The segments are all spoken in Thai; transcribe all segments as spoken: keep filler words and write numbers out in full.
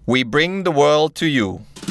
We bring the world to you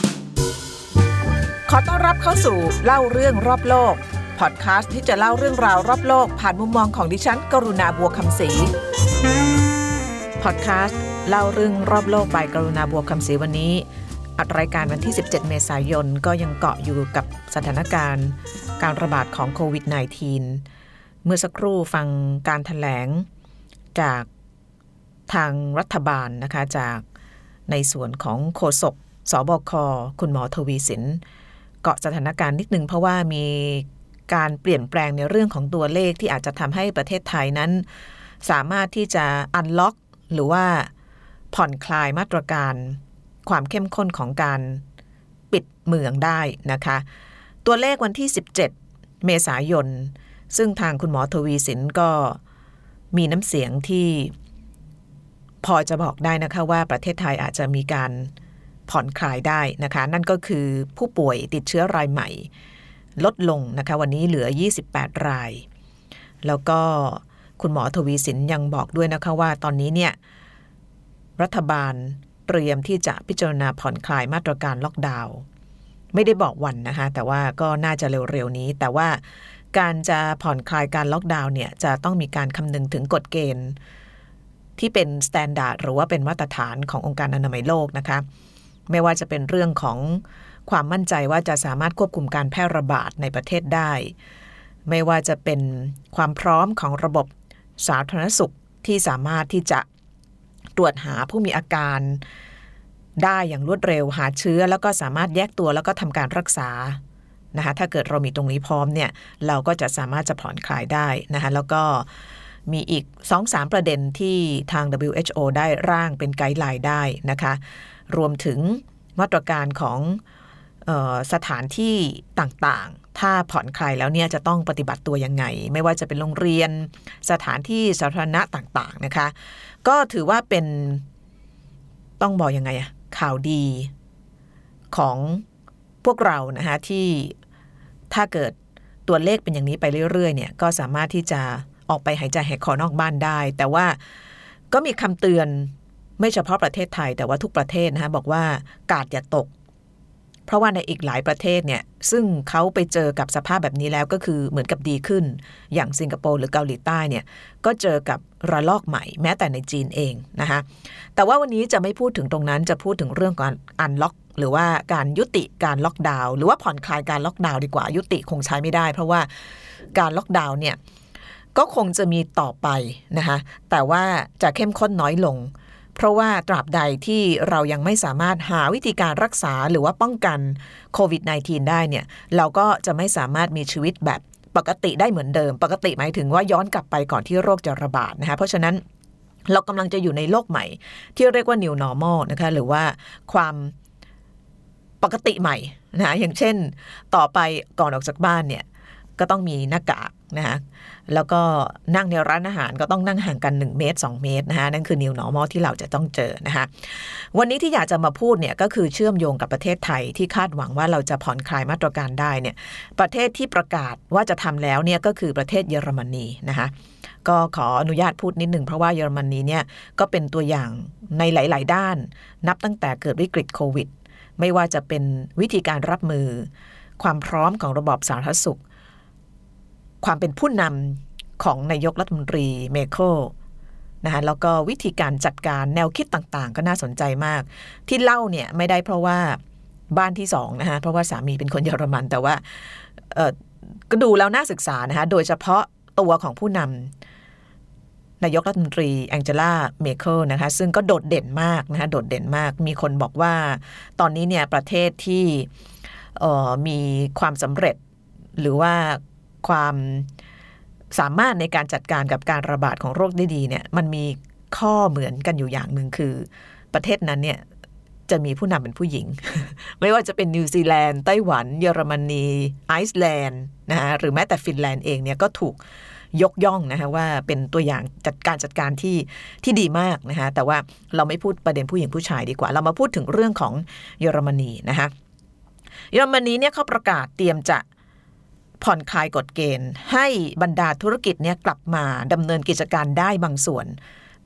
ขอต้อนรับเข้าสู่เล่าเรื่องรอบโลกพอดคาสต์ที่จะเล่าเรื่องราวรอบโลกผ่านมุมมองของดิฉันกรุณาบัวคำศรีพอดคาสต์เล่าเรื่องรอบโลก by กรุณาบัวคำศรีวันนี้อัดรายการวันที่สิบเจ็ดเมษายนก็ยังเกาะอยู่กับสถานการณ์การระบาดของโควิด สิบเก้า เมื่อสักครู่ฟังการแถลงจากทางรัฐบาลนะคะจากในส่วนของโฆษกสบคคุณหมอทวีสินเกาะสถานการณ์นิดนึงเพราะว่ามีการเปลี่ยนแปลงในเรื่องของตัวเลขที่อาจจะทำให้ประเทศไทยนั้นสามารถที่จะอันล็อกหรือว่าผ่อนคลายมาตรการความเข้มข้นของการปิดเมืองได้นะคะตัวเลขวันที่สิบเจ็ดเมษายนซึ่งทางคุณหมอทวีสินก็มีน้ำเสียงที่พอจะบอกได้นะคะว่าประเทศไทยอาจจะมีการผ่อนคลายได้นะคะนั่นก็คือผู้ป่วยติดเชื้อรายใหม่ลดลงนะคะวันนี้เหลือยี่สิบแปดรายแล้วก็คุณหมอทวีสินยังบอกด้วยนะคะว่าตอนนี้เนี่ยรัฐบาลเตรียมที่จะพิจารณาผ่อนคลายมาตรการล็อกดาวน์ไม่ได้บอกวันนะคะแต่ว่าก็น่าจะเร็วๆนี้แต่ว่าการจะผ่อนคลายการล็อกดาวน์เนี่ยจะต้องมีการคำนึงถึงกฎเกณฑ์ที่เป็นสแตนดาร์ดหรือว่าเป็นมาตรฐานขององค์การอนามัยโลกนะคะไม่ว่าจะเป็นเรื่องของความมั่นใจว่าจะสามารถควบคุมการแพร่ระบาดในประเทศได้ไม่ว่าจะเป็นความพร้อมของระบบสาธารณสุขที่สามารถที่จะตรวจหาผู้มีอาการได้อย่างรวดเร็วหาเชื้อแล้วก็สามารถแยกตัวแล้วก็ทำการรักษานะคะถ้าเกิดเรามีตรงนี้พร้อมเนี่ยเราก็จะสามารถจะผ่อนคลายได้นะคะแล้วก็มีอีก สองถึงสาม ประเด็นที่ทาง ดับเบิลยู เอช โอ ได้ร่างเป็นไกด์ไลน์ได้นะคะรวมถึงมาตรการของเอ่อสถานที่ต่างๆถ้าผ่อนคลายแล้วเนี่ยจะต้องปฏิบัติตัวยังไงไม่ว่าจะเป็นโรงเรียนสถานที่สาธารณะต่างๆนะคะก็ถือว่าเป็นต้องบอกยังไงอะข่าวดีของพวกเรานะคะที่ถ้าเกิดตัวเลขเป็นอย่างนี้ไปเรื่อยๆเนี่ยก็สามารถที่จะออกไปหายใจหายคอนอกบ้านได้แต่ว่าก็มีคำเตือนไม่เฉพาะประเทศไทยแต่ว่าทุกประเทศนะคะบอกว่ากาดอย่าตกเพราะว่าในอีกหลายประเทศเนี่ยซึ่งเขาไปเจอกับสภาพแบบนี้แล้วก็คือเหมือนกับดีขึ้นอย่างสิงคโปร์หรือเกาหลีใต้เนี่ยก็เจอกับระลอกใหม่แม้แต่ในจีนเองนะคะแต่ว่าวันนี้จะไม่พูดถึงตรงนั้นจะพูดถึงเรื่องการอันล็อกหรือว่าการยุติการล็อกดาวน์หรือว่าผ่อนคลายการล็อกดาวน์ดีกว่ายุติคงใช้ไม่ได้เพราะว่าการล็อกดาวน์เนี่ยก็คงจะมีต่อไปนะคะแต่ว่าจะเข้มข้นน้อยลงเพราะว่าตราบใดที่เรายังไม่สามารถหาวิธีการรักษาหรือว่าป้องกันโควิด สิบเก้า ได้เนี่ยเราก็จะไม่สามารถมีชีวิตแบบปกติได้เหมือนเดิมปกติหมายถึงว่าย้อนกลับไปก่อนที่โรคจะระบาดนะคะเพราะฉะนั้นเรากำลังจะอยู่ในโลกใหม่ที่เรียกว่า New Normal นะคะหรือว่าความปกติใหม่นะอย่างเช่นต่อไปก่อนออกจากบ้านเนี่ยก็ต้องมีหน้ากากนะคะแล้วก็นั่งในร้านอาหารก็ต้องนั่งห่างกันหนึ่งเมตรสองเมตรนะคะนั่นคือ New Normal ที่เราจะต้องเจอนะคะวันนี้ที่อยากจะมาพูดเนี่ยก็คือเชื่อมโยงกับประเทศไทยที่คาดหวังว่าเราจะผ่อนคลายมาตรการได้เนี่ยประเทศที่ประกาศว่าจะทำแล้วเนี่ยก็คือประเทศเยอรมนีนะคะก็ขออนุญาตพูดนิดนึงเพราะว่าเยอรมนีเนี่ยก็เป็นตัวอย่างในหลายๆด้านนับตั้งแต่เกิดวิกฤตโควิดไม่ว่าจะเป็นวิธีการรับมือความพร้อมของระบบสาธารณสุขความเป็นผู้นำของนายกรัฐมนตรีเมเคิลนะคะแล้วก็วิธีการจัดการแนวคิดต่างๆก็น่าสนใจมากที่เล่าเนี่ยไม่ได้เพราะว่าบ้านที่สองนะคะเพราะว่าสามีเป็นคนเยอรมันแต่ว่าเอ่อก็ดูแล้วน่าศึกษานะคะโดยเฉพาะตัวของผู้นำนายกรัฐมนตรีแองเจล่าเมเคิลนะคะซึ่งก็โดดเด่นมากนะคะโดดเด่นมากมีคนบอกว่าตอนนี้เนี่ยประเทศที่เอ่อมีความสำเร็จหรือว่าความสามารถในการจัดการกับการระบาดของโรคได้ดีเนี่ยมันมีข้อเหมือนกันอยู่อย่างหนึ่งคือประเทศนั้นเนี่ยจะมีผู้นำเป็นผู้หญิง ไม่ว่าจะเป็นนิวซีแลนด์ไต้หวันเยอรมนีไอซ์แลนด์นะฮะหรือแม้แต่ฟินแลนด์เองเนี่ยก็ถูกยกย่องนะคะว่าเป็นตัวอย่างจัดการจัดการที่ที่ดีมากนะคะแต่ว่าเราไม่พูดประเด็นผู้หญิงผู้ชายดีกว่าเรามาพูดถึงเรื่องของเยอรมนีนะคะเยอรมนีเนี่ยเขาประกาศเตรียมจะผ่อนคลายกฎเกณฑ์ให้บรรดาธุรกิจเนี่ยกลับมาดำเนินกิจการได้บางส่วน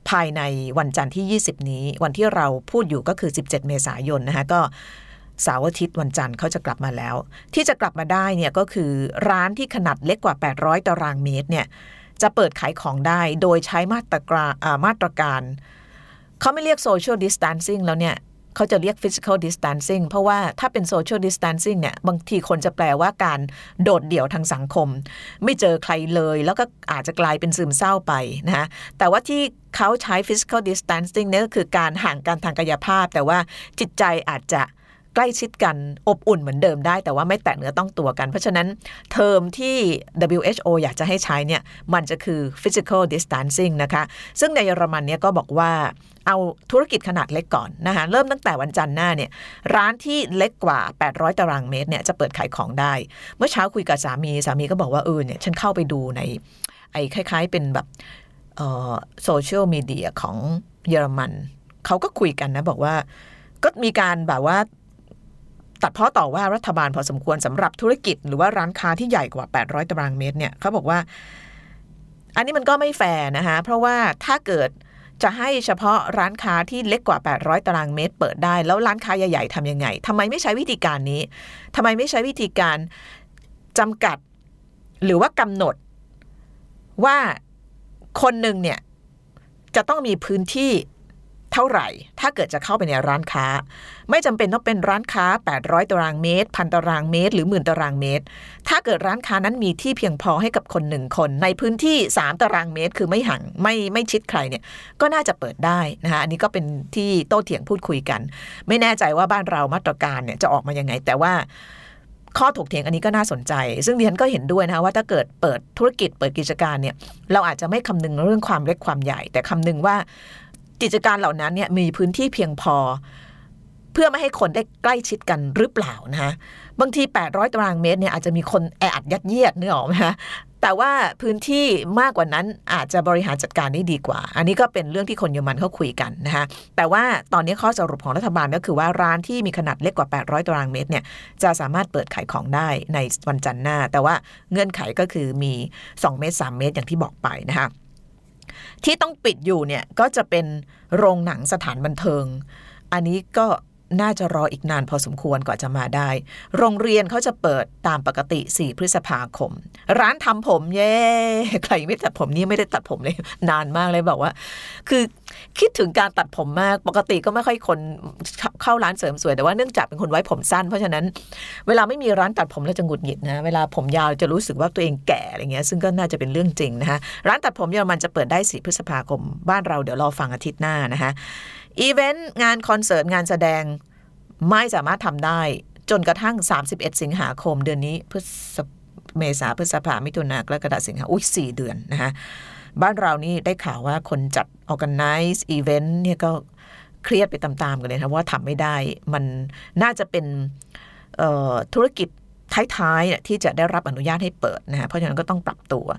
ภายในวันจันทร์ที่ยี่สิบนี้วันที่เราพูดอยู่ก็คือสิบเจ็ดเมษายนนะคะก็เสาร์อาทิตย์วันจันทร์เขาจะกลับมาแล้วที่จะกลับมาได้เนี่ยก็คือร้านที่ขนาดเล็กกว่าแปดร้อยตารางเมตรเนี่ยจะเปิดขายของได้โดยใช้มาตรการมาตรการเขาไม่เรียก social distancing แล้วเนี่ยเขาจะเรียก physical distancing เพราะว่าถ้าเป็น social distancing เนี่ยบางทีคนจะแปลว่าการโดดเดี่ยวทางสังคมไม่เจอใครเลยแล้วก็อาจจะกลายเป็นซึมเศร้าไปนะฮะแต่ว่าที่เขาใช้ physical distancing เนี่ยก็คือการห่างกันทางกายภาพแต่ว่าจิตใจอาจจะใกล้ชิดกันอบอุ่นเหมือนเดิมได้แต่ว่าไม่แตะเนื้อต้องตัวกันเพราะฉะนั้นเทอมที่ ดับเบิลยู เอช โอ อยากจะให้ใช้เนี่ยมันจะคือ physical distancing นะคะซึ่งในเยอรมันเนี่ยก็บอกว่าเอาธุรกิจขนาดเล็กก่อนนะคะเริ่มตั้งแต่วันจันทร์หน้าเนี่ยร้านที่เล็กกว่าแปดร้อยตารางเมตรเนี่ยจะเปิดขายของได้เมื่อเช้าคุยกับสามีสามีก็บอกว่าเออเนี่ยฉันเข้าไปดูในไอ้คล้ายๆเป็นแบบเอ่อโซเชียลมีเดียของเยอรมันเขาก็คุยกันนะบอกว่าก็มีการแบบว่าตัดพ้อต่อว่ารัฐบาลพอสมควรสำหรับธุรกิจหรือว่าร้านค้าที่ใหญ่กว่าแปดร้อยตารางเมตรเนี่ยเขาบอกว่าอันนี้มันก็ไม่แฟร์นะคะเพราะว่าถ้าเกิดจะให้เฉพาะร้านค้าที่เล็กกว่าแปดร้อยตารางเมตรเปิดได้แล้วร้านค้าใหญ่ๆทำยังไงทำไมไม่ใช้วิธีการนี้ทำไมไม่ใช้วิธีการจำกัดหรือว่ากำหนดว่าคนหนึ่งเนี่ยจะต้องมีพื้นที่เท่าไหร่ถ้าเกิดจะเข้าไปในร้านค้าไม่จำเป็นต้องเป็นร้านค้าแปดร้อยตารางเมตรพันตารางเมตรหรือหมื่นตารางเมตรถ้าเกิดร้านค้านั้นมีที่เพียงพอให้กับคนหนึ่งคนในพื้นที่สามตารางเมตรคือไม่ห่างไม่ไม่ชิดใครเนี่ยก็น่าจะเปิดได้นะคะอันนี้ก็เป็นที่โต้เถียงพูดคุยกันไม่แน่ใจว่าบ้านเรามาตรการเนี่ยจะออกมายังไงแต่ว่าข้อถกเถียงอันนี้ก็น่าสนใจซึ่งดิฉันก็เห็นด้วยนะคะว่าถ้าเกิดเปิดธุรกิจเปิดกิจการเนี่ยเราอาจจะไม่คำนึงเรื่องความเล็กความใหญ่แต่คำนึงว่ากิจการเหล่านั้นเนี่ยมีพื้นที่เพียงพอเพื่อไม่ให้คนได้ใกล้ชิดกันหรือเปล่านะคะบางทีแปดร้อยตารางเมตรเนี่ยอาจจะมีคนแออัดยัดเยียดนึกออกไหมคะแต่ว่าพื้นที่มากกว่านั้นอาจจะบริหารจัดการได้ดีกว่าอันนี้ก็เป็นเรื่องที่คนเยอรมันเขาคุยกันนะคะแต่ว่าตอนนี้ข้อสรุปของรัฐบาลก็คือว่าร้านที่มีขนาดเล็กกว่าแปดร้อยตารางเมตรเนี่ยจะสามารถเปิดขายของได้ในวันจันทร์หน้าแต่ว่าเงื่อนไขก็คือมีสองเมตรสามเมตรอย่างที่บอกไปนะคะที่ต้องปิดอยู่เนี่ยก็จะเป็นโรงหนังสถานบันเทิงอันนี้ก็น่าจะรออีกนานพอสมควรกว่าจะมาได้โรงเรียนเขาจะเปิดตามปกติสี่พฤษภาคมร้านทำผมเย้ใครไม่ตัดผมนี่ไม่ได้ตัดผมเลยนานมากเลยบอกว่าคือคิดถึงการตัดผมมากปกติก็ไม่ค่อยคนเข้าร้านเสริมสวยแต่ว่าเนื่องจากเป็นคนไว้ผมสั้นเพราะฉะนั้นเวลาไม่มีร้านตัดผมแล้วจะหงุดหงิดนะเวลาผมยาวจะรู้สึกว่าตัวเองแก่อะไรเงี้ยซึ่งก็น่าจะเป็นเรื่องจริงนะคะร้านตัดผมเยอรมันจะเปิดได้สี่พฤษภาคมบ้านเราเดี๋ยวรอฟังอาทิตย์หน้านะคะอีเวนต์งานคอนเสิร์ตงานแสดงไม่สามารถทำได้จนกระทั่งสามสิบเอ็ดสิงหาคมเดือนนี้พฤษเมษาพฤษภามิถุนากรกฎาสิงหาอุ้ยสี่เดือนนะคะบ้านเรานี่ได้ข่าวว่าคนจัด organize event เนี่ยก็เครียดไปตามๆกันเลยนะว่าทำไม่ได้มันน่าจะเป็นธุรกิจท้ายๆที่จะได้รับอนุญาตให้เปิดนะฮะเพราะฉะนั้นก็ต้องปรับตัว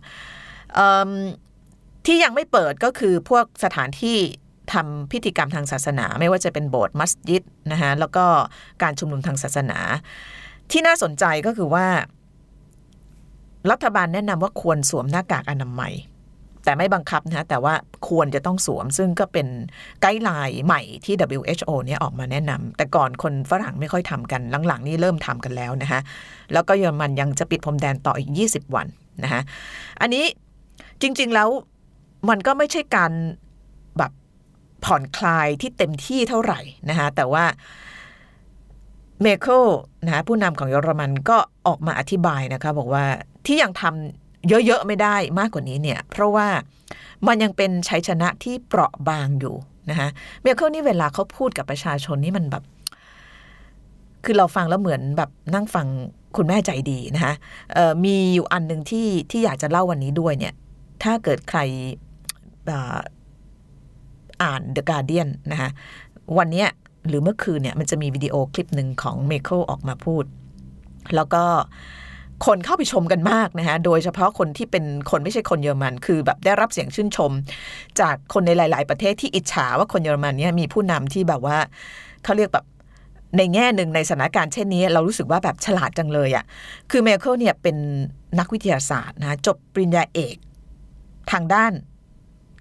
ที่ยังไม่เปิดก็คือพวกสถานที่ทำพิธีกรรมทางศาสนาไม่ว่าจะเป็นโบสถ์มัสยิดนะฮะแล้วก็การชุมนุมทางศาสนาที่น่าสนใจก็คือว่ารัฐบาลแนะนำว่าควรสวมหน้ากากอนามัยแต่ไม่บังคับนะแต่ว่าควรจะต้องสวมซึ่งก็เป็นไกด์ไลน์ใหม่ที่ ดับเบิลยู เอช โอ เนี่ยออกมาแนะนำแต่ก่อนคนฝรั่งไม่ค่อยทำกันหลังๆนี่เริ่มทำกันแล้วนะฮะแล้วก็เยอรมันยังจะปิดพรมแดนต่ออีกยี่สิบวันนะฮะอันนี้จริงๆแล้วมันก็ไม่ใช่การแบบผ่อนคลายที่เต็มที่เท่าไหร่นะคะแต่ว่าเมเคิลนะผู้นำของเยอรมันก็ออกมาอธิบายนะคะบอกว่าที่ยังทำเยอะๆไม่ได้มากกว่านี้เนี่ยเพราะว่ามันยังเป็นชัยชนะที่เปราะบางอยู่นะคะเมเคิลนี่เวลาเขาพูดกับประชาชนนี่มันแบบคือเราฟังแล้วเหมือนแบบนั่งฟังคุณแม่ใจดีนะคะมีอยู่อันนึงที่ที่อยากจะเล่าวันนี้ด้วยเนี่ยถ้าเกิดใครอ่าน The Guardian นะคะวันนี้หรือเมื่อคืนเนี่ยมันจะมีวิดีโอคลิปหนึ่งของเมเคิลออกมาพูดแล้วก็คนเข้าไปชมกันมากนะคะโดยเฉพาะคนที่เป็นคนไม่ใช่คนเยอรมันคือแบบได้รับเสียงชื่นชมจากคนในหลายๆประเทศที่อิจฉาว่าคนเยอรมันเนี่ยมีผู้นำที่แบบว่าเขาเรียกแบบในแง่หนึ่งในสถานการณ์เช่นนี้เรารู้สึกว่าแบบฉลาดจังเลยอ่ะคือเมเคิลเนี่ยเป็นนักวิทยาศาสตร์นะจบปริญญาเอกทางด้าน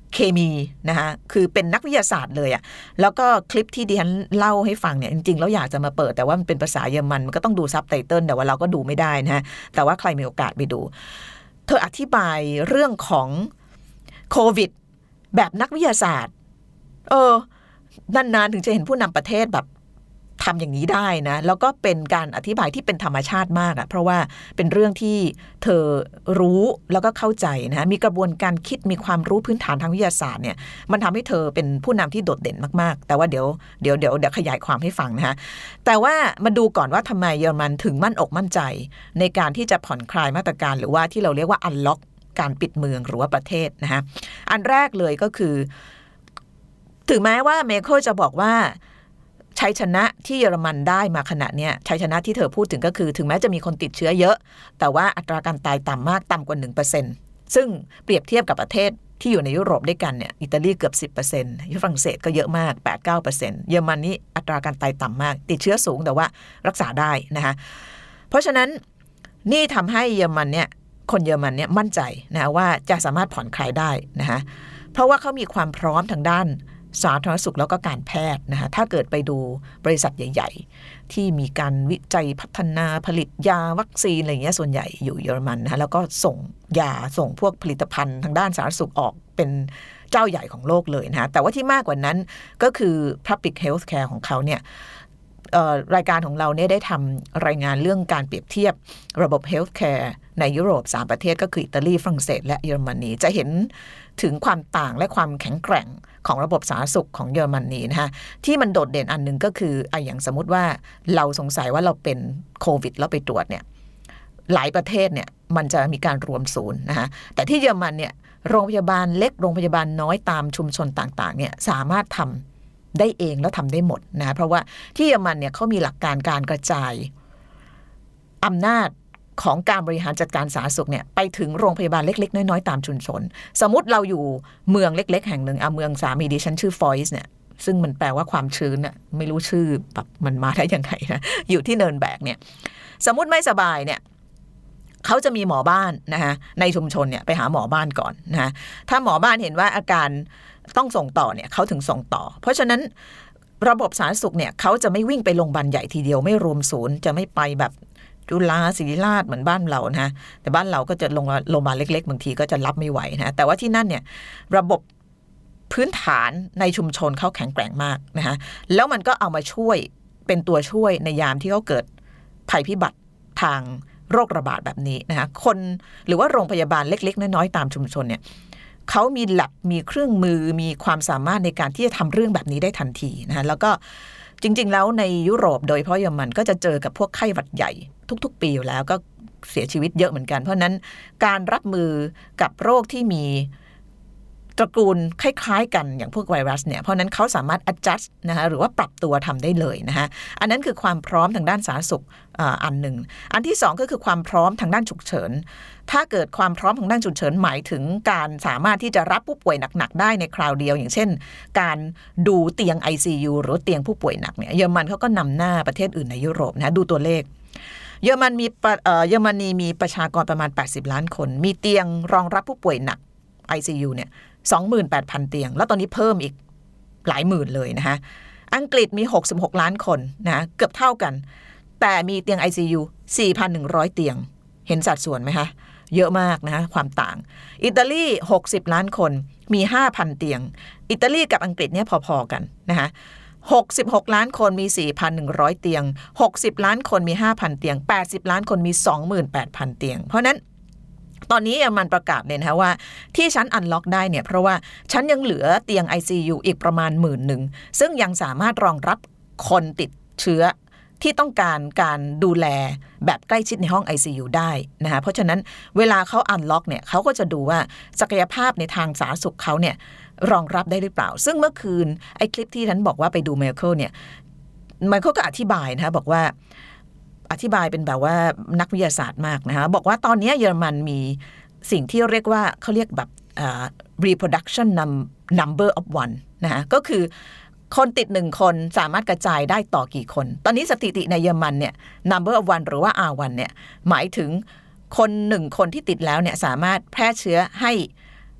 เคมีนะคะคือเป็นนักวิทยาศาสตร์เลยอะแล้วก็คลิปที่ดิฉันเล่าให้ฟังเนี่ยจริงๆแล้วอยากจะมาเปิดแต่ว่ามันเป็นภาษาเยอรมันมันก็ต้องดูซับไตเติลแต่ว่าเราก็ดูไม่ได้นะฮะแต่ว่าใครมีโอกาสไปดูเธออธิบายเรื่องของโควิดแบบนักวิทยาศาสตร์เออนานๆถึงจะเห็นผู้นำประเทศแบบทำอย่างนี้ได้นะแล้วก็เป็นการอธิบายที่เป็นธรรมชาติมากอะเพราะว่าเป็นเรื่องที่เธอรู้แล้วก็เข้าใจนะมีกระบวนการคิดมีความรู้พื้นฐานทางวิทยาศาสตร์เนี่ยมันทำให้เธอเป็นผู้นำที่โดดเด่นมากๆแต่ว่าเดี๋ยวเดี๋ยวเดี๋ยวเดี๋ยวขยายความให้ฟังนะคะแต่ว่ามาดูก่อนว่าทำไมเยอรมันถึงมั่นอกมั่นใจในการที่จะผ่อนคลายมาตรการหรือว่าที่เราเรียกว่าอันล็อกการปิดเมืองหรือว่าประเทศนะคะอันแรกเลยก็คือถึงแม้ว่าเมเคิลจะบอกว่าชัยชนะที่เยอรมันได้มาขณะเนี้ยชัยชนะที่เธอพูดถึงก็คือถึงแม้จะมีคนติดเชื้อเยอะแต่ว่าอัตราการตายต่ำมากต่ำกว่า หนึ่งเปอร์เซ็นต์ ซึ่งเปรียบเทียบกับประเทศที่อยู่ในยุโรปด้วยกันเนี่ยอิตาลีเกือบ สิบเปอร์เซ็นต์ ฝรั่งเศสก็เยอะมาก แปดถึงเก้าเปอร์เซ็นต์ เยอรมันนี่อัตราการตายต่ำมากติดเชื้อสูงแต่ว่ารักษาได้นะคะเพราะฉะนั้นนี่ทำให้เยอรมันเนี่ยคนเยอรมันเนี่ยมั่นใจนะว่าจะสามารถผ่อนคลายได้นะคะเพราะว่าเขามีความพร้อมทางด้านสาธารณสุขแล้วก็การแพทย์นะคะถ้าเกิดไปดูบริษัทใหญ่ๆที่มีการวิจัยพัฒนาผลิตยาวัคซีนอะไรเงี้ยส่วนใหญ่อยู่เยอรมันนะคะแล้วก็ส่งยาส่งพวกผลิตภัณฑ์ทางด้านสาธารณสุขออกเป็นเจ้าใหญ่ของโลกเลยนะคะแต่ว่าที่มากกว่านั้นก็คือ Public Health Care ของเขาเนี่ยรายการของเราเนี่ยได้ทำรายงานเรื่องการเปรียบเทียบระบบ Health Care ในยุโรปสามประเทศก็คืออิตาลีฝรั่งเศสและเยอรมนีจะเห็นถึงความต่างและความแข็งแกร่งของระบบสาธารณสุขของเยอรมนีนะคะที่มันโดดเด่นอันนึงก็คือไอ้อย่างสมมติว่าเราสงสัยว่าเราเป็นโควิดแล้วไปตรวจเนี่ยหลายประเทศเนี่ยมันจะมีการรวมศูนย์นะคะแต่ที่เยอรมันเนี่ยโรงพยาบาลเล็กโรงพยาบาลน้อยตามชุมชนต่างๆเนี่ยสามารถทำได้เองแล้วทำได้หมดนะเพราะว่าที่เยอรมันเนี่ยเขามีหลักการการกระจายอำนาจของการบริหารจัดการสาธารณสุขเนี่ยไปถึงโรงพยาบาลเล็กๆน้อยๆตามชุมชนสมมุติเราอยู่เมืองเล็กๆแห่งหนึ่งเอาเมืองสามีดิฉันชื่อฟอยส์เนี่ยซึ่งมันแปลว่าความชื้นน่ะไม่รู้ชื่อแบบมันมาได้ยังไงนะอยู่ที่เนินแบกเนี่ยสมมุติไม่สบายเนี่ยเขาจะมีหมอบ้านนะคะในชุมชนเนี่ยไปหาหมอบ้านก่อนนะถ้าหมอบ้านเห็นว่าอาการต้องส่งต่อเนี่ยเขาถึงส่งต่อเพราะฉะนั้นระบบสาธารณสุขเนี่ยเขาจะไม่วิ่งไปโรงพยาบาลใหญ่ทีเดียวไม่รวมศูนย์จะไม่ไปแบบจุฬาศิริราชเหมือนบ้านเรานะแต่บ้านเราก็จะลงโรงพยาบาลเล็กๆบางทีก็จะรับไม่ไหวนะแต่ว่าที่นั่นเนี่ยระบบพื้นฐานในชุมชนเขาแข็งแกร่งมากนะคะแล้วมันก็เอามาช่วยเป็นตัวช่วยในยามที่เขาเกิดภัยพิบัติทางโรคระบาดแบบนี้นะคะคนหรือว่าโรงพยาบาลเล็กๆน้อยๆตามชุมชนเนี่ยเขามีแลบมีเครื่องมือมีความสามารถในการที่จะทำเรื่องแบบนี้ได้ทันทีนะคะแล้วก็จริงๆแล้วในยุโรปโดยเฉพาะเยอรมันก็จะเจอกับพวกไข้หวัดใหญ่ทุกๆปีอยู่แล้วก็เสียชีวิตเยอะเหมือนกันเพราะนั้นการรับมือกับโรคที่มีตระกูลคล้ายๆกันอย่างพวกไวรัสเนี่ยเพราะนั้นเขาสามารถ adjust นะคะหรือว่าปรับตัวทำได้เลยนะคะอันนั้นคือความพร้อมทางด้านสาธารณสุขอันหนึ่งอันที่สองก็คือความพร้อมทางด้านฉุกเฉินถ้าเกิดความพร้อมทางด้านฉุกเฉินหมายถึงการสามารถที่จะรับผู้ป่วยหนักๆได้ในคราวเดียวอย่างเช่นการดูเตียง ไอ ซี ยู หรือเตียงผู้ป่วยหนักเนี่ยเยอรมันเขาก็นำหน้าประเทศอื่นในยุโรปนะดูตัวเลขเยอรมันมีเยอรมนีมีประชากรประมาณแปดสิบล้านคนมีเตียงรองรับผู้ป่วยหนัก ไอ ซี ยู เนี่ย สองหมื่นแปดพัน เตียงแล้วตอนนี้เพิ่มอีกหลายหมื่นเลยนะคะอังกฤษมีหกสิบหกล้านคนนะเกือบเท่ากันแต่มีเตียง ไอ ซี ยู สี่พันหนึ่งร้อย เตียงเห็นสัดส่วนไหมคะเยอะมากนะคะความต่างอิตาลีหกสิบล้านคนมี ห้าพัน เตียงอิตาลีกับอังกฤษเนี่ยพอๆกันนะคะหกสิบหกล้านคนมี สี่พันหนึ่งร้อย เตียงหกสิบล้านคนมี ห้าพัน เตียงแปดสิบล้านคนมี สองหมื่นแปดพัน เตียงเพราะนั้นตอนนี้มันประกาศเลยนะคะว่าที่ฉันอันล็อกได้เนี่ยเพราะว่าฉันยังเหลือเตียง ไอ ซี ยู อีกประมาณหมื่นหนึ่งซึ่งยังสามารถรองรับคนติดเชื้อที่ต้องการการดูแลแบบใกล้ชิดในห้อง ไอ ซี ยู ได้นะคะเพราะฉะนั้นเวลาเขาอันล็อกเนี่ยเขาก็จะดูว่าศักยภาพในทางสาธารณสุขเขาเนี่ยรองรับได้หรือเปล่าซึ่งเมื่อคืนไอ้คลิปที่ฉันบอกว่าไปดูเมอร์เคิลเนี่ยมันเขาก็อธิบายนะคะบอกว่าอธิบายเป็นแบบว่านักวิทยาศาสตร์มากนะคะบอกว่าตอนนี้เยอรมันมีสิ่งที่เรียกว่าเขาเรียกแบบ uh, reproduction number of one นะคะก็คือคนติดหนึ่งคนสามารถกระจายได้ต่อกี่คนตอนนี้สถิติในเยอรมันเนี่ย number of one หรือว่า อาร์ วัน เนี่ยหมายถึงคนหนึ่งคนที่ติดแล้วเนี่ยสามารถแพร่เชื้อให้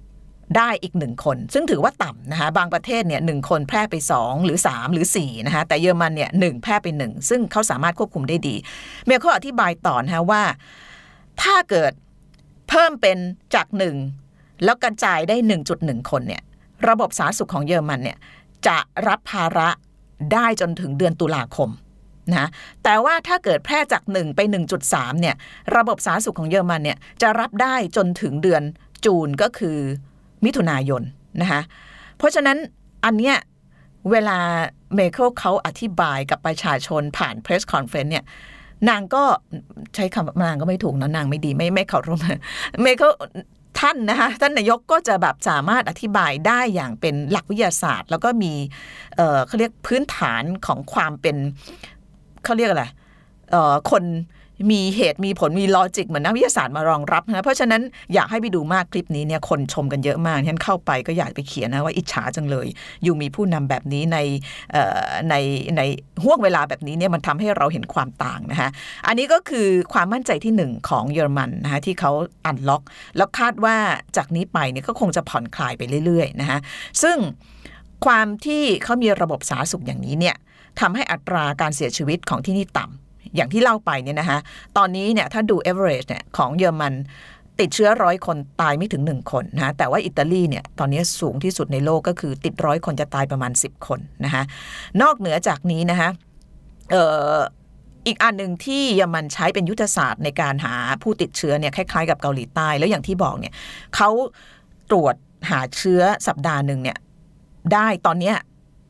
ได้อีกหนึ่งคนซึ่งถือว่าต่ำนะคะบางประเทศเนี่ยหนึ่งคนแพร่ไปสองหรือสามหรือสี่นะคะแต่เยอรมันเนี่ยหนึ่งแพร่ไปหนึ่งซึ่งเขาสามารถควบคุมได้ดีเมลเขาอธิบายต่อนะคะว่าถ้าเกิดเพิ่มเป็นจากหนึ่งแล้วกระจายได้ หนึ่งจุดหนึ่ง คนเนี่ยระบบสาธารณสุขของเยอรมันเนี่ยจะรับภาระได้จนถึงเดือนตุลาคมนะแต่ว่าถ้าเกิดแพร่จากหนึ่งไป หนึ่งจุดสาม เนี่ยระบบสาธารณสุขของเยอรมันเนี่ยจะรับได้จนถึงเดือนจูนก็คือมิถุนายนนะคะเพราะฉะนั้นอันเนี้ยเวลาเมเคิลเขาอธิบายกับประชาชนผ่านเพรสคอนเฟรนซ์เนี่ยนางก็ใช้คำนางก็ไม่ถูกนะนางไม่ดีไม่ไม่เคารพเมเคิลท่านนะคะท่านนายกก็จะแบบสามารถอธิบายได้อย่างเป็นหลักวิทยาศาสตร์แล้วก็มีเอ่อเขาเรียกพื้นฐานของความเป็นเขาเรียกอะไรเอ่อคนมีเหตุมีผลมีลอจิกเหมือนนักวิทยาศาสตร์มารองรับนะเพราะฉะนั้นอยากให้ไปดูมากคลิปนี้เนี่ยคนชมกันเยอะมากฉันเข้าไปก็อยากไปเขียนนะว่าอิจฉาจังเลยอยู่มีผู้นำแบบนี้ในเอ่อในในห่วงเวลาแบบนี้เนี่ยมันทำให้เราเห็นความต่างนะคะอันนี้ก็คือความมั่นใจที่หนึ่งของเยอรมันนะคะที่เขาอันล็อกแล้วคาดว่าจากนี้ไปเนี่ยก็คงจะผ่อนคลายไปเรื่อยๆนะคะซึ่งความที่เขามีระบบสาธารณสุขอย่างนี้เนี่ยทำให้อัตราการเสียชีวิตของที่นี่ต่ำอย่างที่เล่าไปเนี่ยนะคะตอนนี้เนี่ยถ้าดู average เนี่ยของเยอรมันติดเชื้อร้อยคนตายไม่ถึงหนึ่งคนนะแต่ว่าอิตาลีเนี่ยตอนนี้สูงที่สุดในโลกก็คือติดร้อยคนจะตายประมาณสิบคนนะคะนอกเหนือจากนี้นะคะเอ่ออีกอันหนึ่งที่เยอรมันใช้เป็นยุทธศาสตร์ในการหาผู้ติดเชื้อเนี่ยคล้ายๆกับเกาหลีใต้แล้วอย่างที่บอกเนี่ยเขาตรวจหาเชื้อสัปดาห์หนึ่งเนี่ยได้ตอนนี้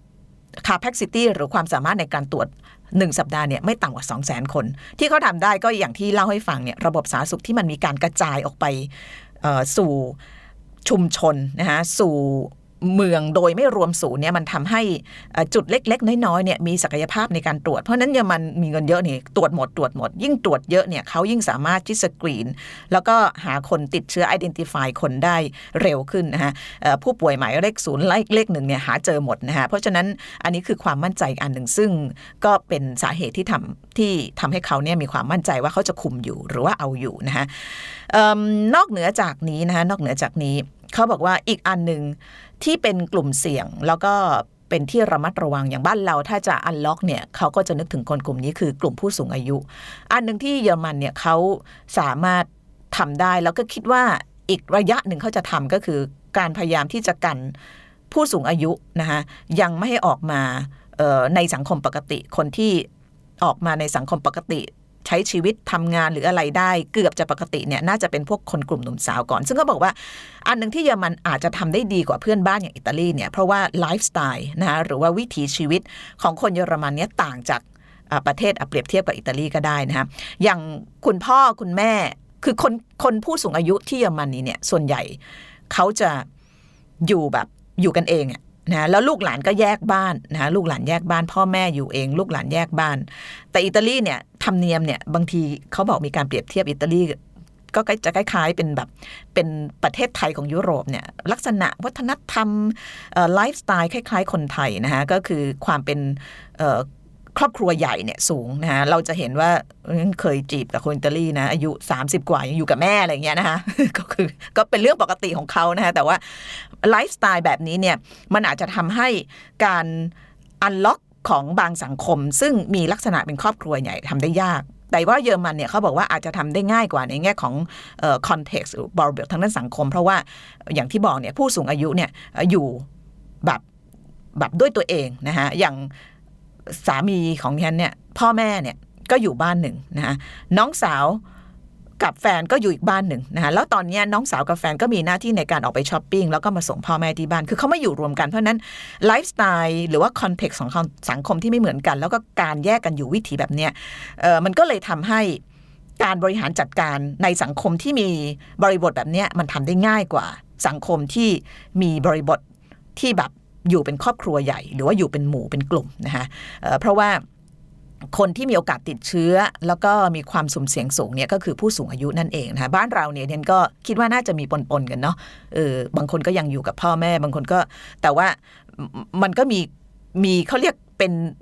capacity หรือความสามารถในการตรวจหนึ่งสัปดาห์เนี่ยไม่ต่ำกว่า สองแสน คนที่เขาทำได้ก็อย่างที่เล่าให้ฟังเนี่ยระบบสาธารณสุขที่มันมีการกระจายออกไปสู่ชุมชนนะคะสู่เมืองโดยไม่รวมศูนย์เนี่ยมันทำให้จุดเล็กๆน้อยๆเนี่ยมีศักยภาพในการตรวจเพราะนั้นเยอรมันมีเงินเยอะนี่ตรวจหมดตรวจหมดยิ่งตรวจเยอะเนี่ยเขายิ่งสามารถที่สกรีนแล้วก็หาคนติดเชื้อ identify คนได้เร็วขึ้นนะคะผู้ป่วยหมายเลขศูนย์เลขหนึ่งเนี่ยหาเจอหมดนะคะเพราะฉะนั้นอันนี้คือความมั่นใจอันหนึ่งซึ่งก็เป็นสาเหตุที่ทำที่ทำให้เขาเนี่ยมีความมั่นใจว่าเขาจะคุมอยู่หรือว่าเอาอยู่นะคะนอกเหนือจากนี้นะคะนอกเหนือจากนี้เขาบอกว่าอีกอันหนึ่งที่เป็นกลุ่มเสี่ยงแล้วก็เป็นที่ระมัดระวังอย่างบ้านเราถ้าจะอันล็อกเนี่ยเขาก็จะนึกถึงคนกลุ่มนี้คือกลุ่มผู้สูงอายุอันหนึ่งที่เยอรมันเนี่ยเขาสามารถทำได้แล้วก็คิดว่าอีกระยะหนึ่งเขาจะทำก็คือการพยายามที่จะกันผู้สูงอายุนะคะยังไม่ให้ออกมาในสังคมปกติคนที่ออกมาในสังคมปกติใช้ชีวิตทำงานหรืออะไรได้เกือบจะปกติเนี่ยน่าจะเป็นพวกคนกลุ่มหนุ่มสาวก่อนซึ่งเขาบอกว่าอันนึงที่เยอรมันอาจจะทำได้ดีกว่าเพื่อนบ้านอย่างอิตาลีเนี่ยเพราะว่าไลฟ์สไตล์นะคะหรือว่าวิถีชีวิตของคนเยอรมันเนี่ยต่างจากประเทศเปรียบเทียบกับอิตาลีก็ได้นะคะอย่างคุณพ่อคุณแม่คือคนคนผู้สูงอายุที่เยอรมันนี่เนี่ยส่วนใหญ่เขาจะอยู่แบบอยู่กันเองอะนะแล้วลูกหลานก็แยกบ้านนะลูกหลานแยกบ้านพ่อแม่อยู่เองลูกหลานแยกบ้านแต่อิตาลีเนี่ยธรรมเนียมเนี่ยบางทีเขาบอกมีการเปรียบเทียบอิตาลีก็จะคล้ายๆเป็นแบบเป็นประเทศไทยของยุโรปเนี่ยลักษณะวัฒนธรรมไลฟ์สไตล์คล้ายๆคนไทยนะคะก็คือความเป็นครอบครัวใหญ่เนี่ยสูงนะฮะเราจะเห็นว่าเคยจีบกับคนอิตาลีนะอายุสามสิบกว่ายังอยู่กับแม่อะไรอย่างเงี้ยนะคะ ก็คือก็เป็นเรื่องปกติของเขานะคะแต่ว่าไลฟ์สไตล์แบบนี้เนี่ยมันอาจจะทำให้การอันล็อกของบางสังคมซึ่งมีลักษณะเป็นครอบครัวใหญ่ทำได้ยากแต่ว่าเยอรมันเนี่ยเขาบอกว่าอาจจะทำได้ง่ายกว่าในแง่ของเอ่อ context หรือบริบททางด้านสังคมเพราะว่าอย่างที่บอกเนี่ยผู้สูงอายุเนี่ยอยู่แบบแบบด้วยตัวเองนะคะอย่างสามีของฉันเนี่ยพ่อแม่เนี่ยก็อยู่บ้านหนึ่งนะคะน้องสาวกับแฟนก็อยู่อีกบ้านหนึ่งนะคะแล้วตอนนี้น้องสาวกับแฟนก็มีหน้าที่ในการออกไปช้อปปิ้งแล้วก็มาส่งพ่อแม่ที่บ้านคือเขาไม่อยู่รวมกันเพราะนั้นไลฟ์สไตล์หรือว่าคอนเท็กซ์ของสังคมที่ไม่เหมือนกันแล้วก็การแยกกันอยู่วิถีแบบเนี้ยเอ่อมันก็เลยทำให้การบริหารจัดการในสังคมที่มีบริบทแบบเนี้ยมันทำได้ง่ายกว่าสังคมที่มีบริบทที่แบบอยู่เป็นครอบครัวใหญ่หรือว่าอยู่เป็นหมู่เป็นกลุ่มนะคะเอ่อเพราะว่าคนที่มีโอกาสติดเชื้อแล้วก็มีความสุ่มเสี่ยงสูงเนี่ยก็คือผู้สูงอายุนั่นเองนะคะบ้านเราเนี่ยเดนก็คิดว่าน่าจะมีปนๆกันเนาะเออบางคนก็ยังอยู่กับพ่อแม่บางคนก็แต่ว่ามันก็มีมีเขาเรียกเป็น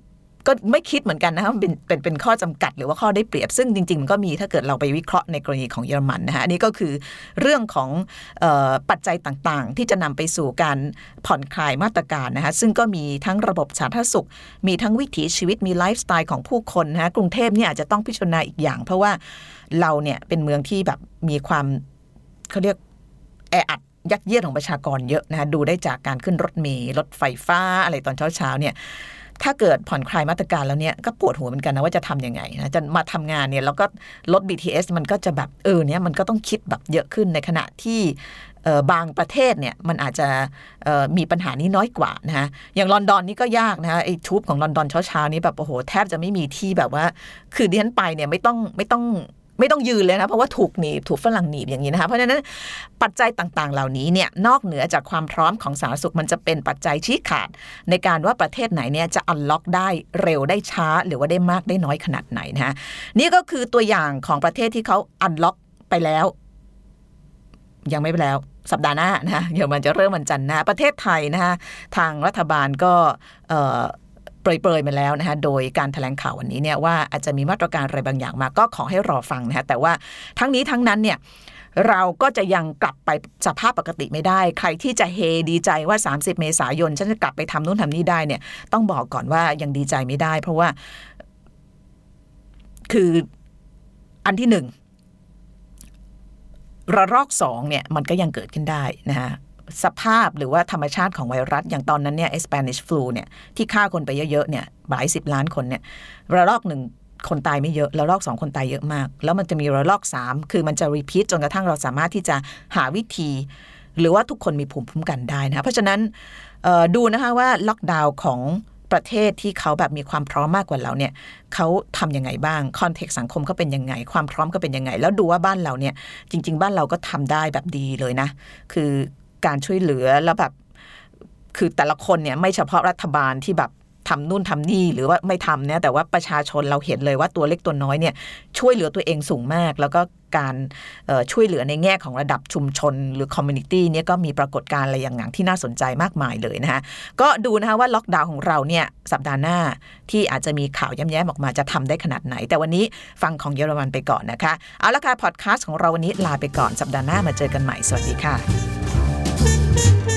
ก็ไม่คิดเหมือนกันนะคะเป็นเป็นเป็นข้อจำกัดหรือว่าข้อได้เปรียบซึ่งจริงๆมันก็มีถ้าเกิดเราไปวิเคราะห์ในกรณีของเยอรมันนะคะอันนี้ก็คือเรื่องของเอ่อปัจจัยต่างๆที่จะนำไปสู่การผ่อนคลายมาตรการนะคะซึ่งก็มีทั้งระบบสาธารณสุขมีทั้งวิถีชีวิตมีไลฟ์สไตล์ของผู้คนนะคะกรุงเทพเนี่ยอาจจะต้องพิจารณาอีกอย่างเพราะว่าเราเนี่ยเป็นเมืองที่แบบมีความเขาเรียกแออัดยัดเยียดของประชากรเยอะนะคะดูได้จากการขึ้นรถเมล์รถไฟฟ้าอะไรตอนเช้าๆเนี่ยถ้าเกิดผ่อนคลายมาตรการแล้วเนี่ยก็ปวดหัวเหมือนกันนะว่าจะทำยังไงนะจะมาทำงานเนี่ยแล้วก็รถ บี ที เอส มันก็จะแบบเออเนี่ยมันก็ต้องคิดแบบเยอะขึ้นในขณะที่บางประเทศเนี่ยมันอาจจะมีปัญหานี้น้อยกว่านะฮะอย่างลอนดอนนี่ก็ยากนะฮะไอ้ทูบของลอนดอนเช้าๆนี้แบบโอ้โหแทบจะไม่มีที่แบบว่าคือดิฉันไปเนี่ยไม่ต้องไม่ต้องไม่ต้องยืนเลยนะเพราะว่าถูกหนีบถูกฝรั่งหนีบอย่างนี้นะคะเพราะฉะนั้นปัจจัยต่างๆเหล่านี้เนี่ยนอกเหนือจากความพร้อมของสาธารณสุขมันจะเป็นปัจจัยชี้ขาดในการว่าประเทศไหนเนี่ยจะอันล็อกได้เร็วได้ช้าหรือว่าได้มากได้น้อยขนาดไหนนะฮะนี่ก็คือตัวอย่างของประเทศที่เขาอันล็อกไปแล้วยังไม่ไปแล้วสัปดาห์หน้านะเดี๋ยวมันจะเริ่มวันจันทร์หน้าประเทศไทยนะคะทางรัฐบาลก็เอ่อเปรยๆมาแล้วนะคะโดยการแถลงข่าววันนี้เนี่ยว่าอาจจะมีมาตรการอะไรบางอย่างมาก็ขอให้รอฟังนะคะแต่ว่าทั้งนี้ทั้งนั้นเนี่ยเราก็จะยังกลับไปสภาพปกติไม่ได้ใครที่จะเฮดีใจว่าสามสิบเมษายนฉันจะกลับไปทำนู่นทำนี่ได้เนี่ยต้องบอกก่อนว่ายังดีใจไม่ได้เพราะว่าคืออันที่หนึ่งระลอกสองเนี่ยมันก็ยังเกิดขึ้นได้นะคะสภาพหรือว่าธรรมชาติของไวรัสอย่างตอนนั้นเนี่ย Spanish flu เนี่ยที่ฆ่าคนไปเยอะๆเนี่ยหลายสิบล้านคนเนี่ยระลอกหนึ่งคนตายไม่เยอะระลอกสองคนตายเยอะมากแล้วมันจะมีระลอกสามคือมันจะรีพีทจนกระทั่งเราสามารถที่จะหาวิธีหรือว่าทุกคนมีภูมิคุ้มกันได้นะเพราะฉะนั้นดูนะคะว่าล็อกดาวน์ของประเทศที่เขาแบบมีความพร้อมมากกว่าเราเนี่ยเขาทำยังไงบ้างคอนเทกต์สังคมเขาเป็นยังไงความพร้อมก็เป็นยังไงแล้วดูว่าบ้านเราเนี่ยจริงๆบ้านเราก็ทำได้แบบดีเลยนะคือการช่วยเหลือแล้วแบบคือแต่ละคนเนี่ยไม่เฉพาะรัฐบาลที่แบบทำนู่นทำนี่หรือว่าไม่ทำเนี่ยแต่ว่าประชาชนเราเห็นเลยว่าตัวเล็กตัวน้อยเนี่ยช่วยเหลือตัวเองสูงมากแล้วก็การช่วยเหลือในแง่ของระดับชุมชนหรือคอมมูนิตี้เนี่ยก็มีปรากฏการณ์อะไรอย่างๆที่น่าสนใจมากมายเลยนะคะก็ดูนะคะว่าล็อกดาวน์ของเราเนี่ยสัปดาห์หน้าที่อาจจะมีข่าวแย้มๆออกมาจะทำได้ขนาดไหนแต่วันนี้ฟังของเยอรมันไปก่อนนะคะเอาละค่ะพอดคาสต์ของเราวันนี้ลาไปก่อนสัปดาห์หน้ามาเจอกันใหม่สวัสดีค่ะ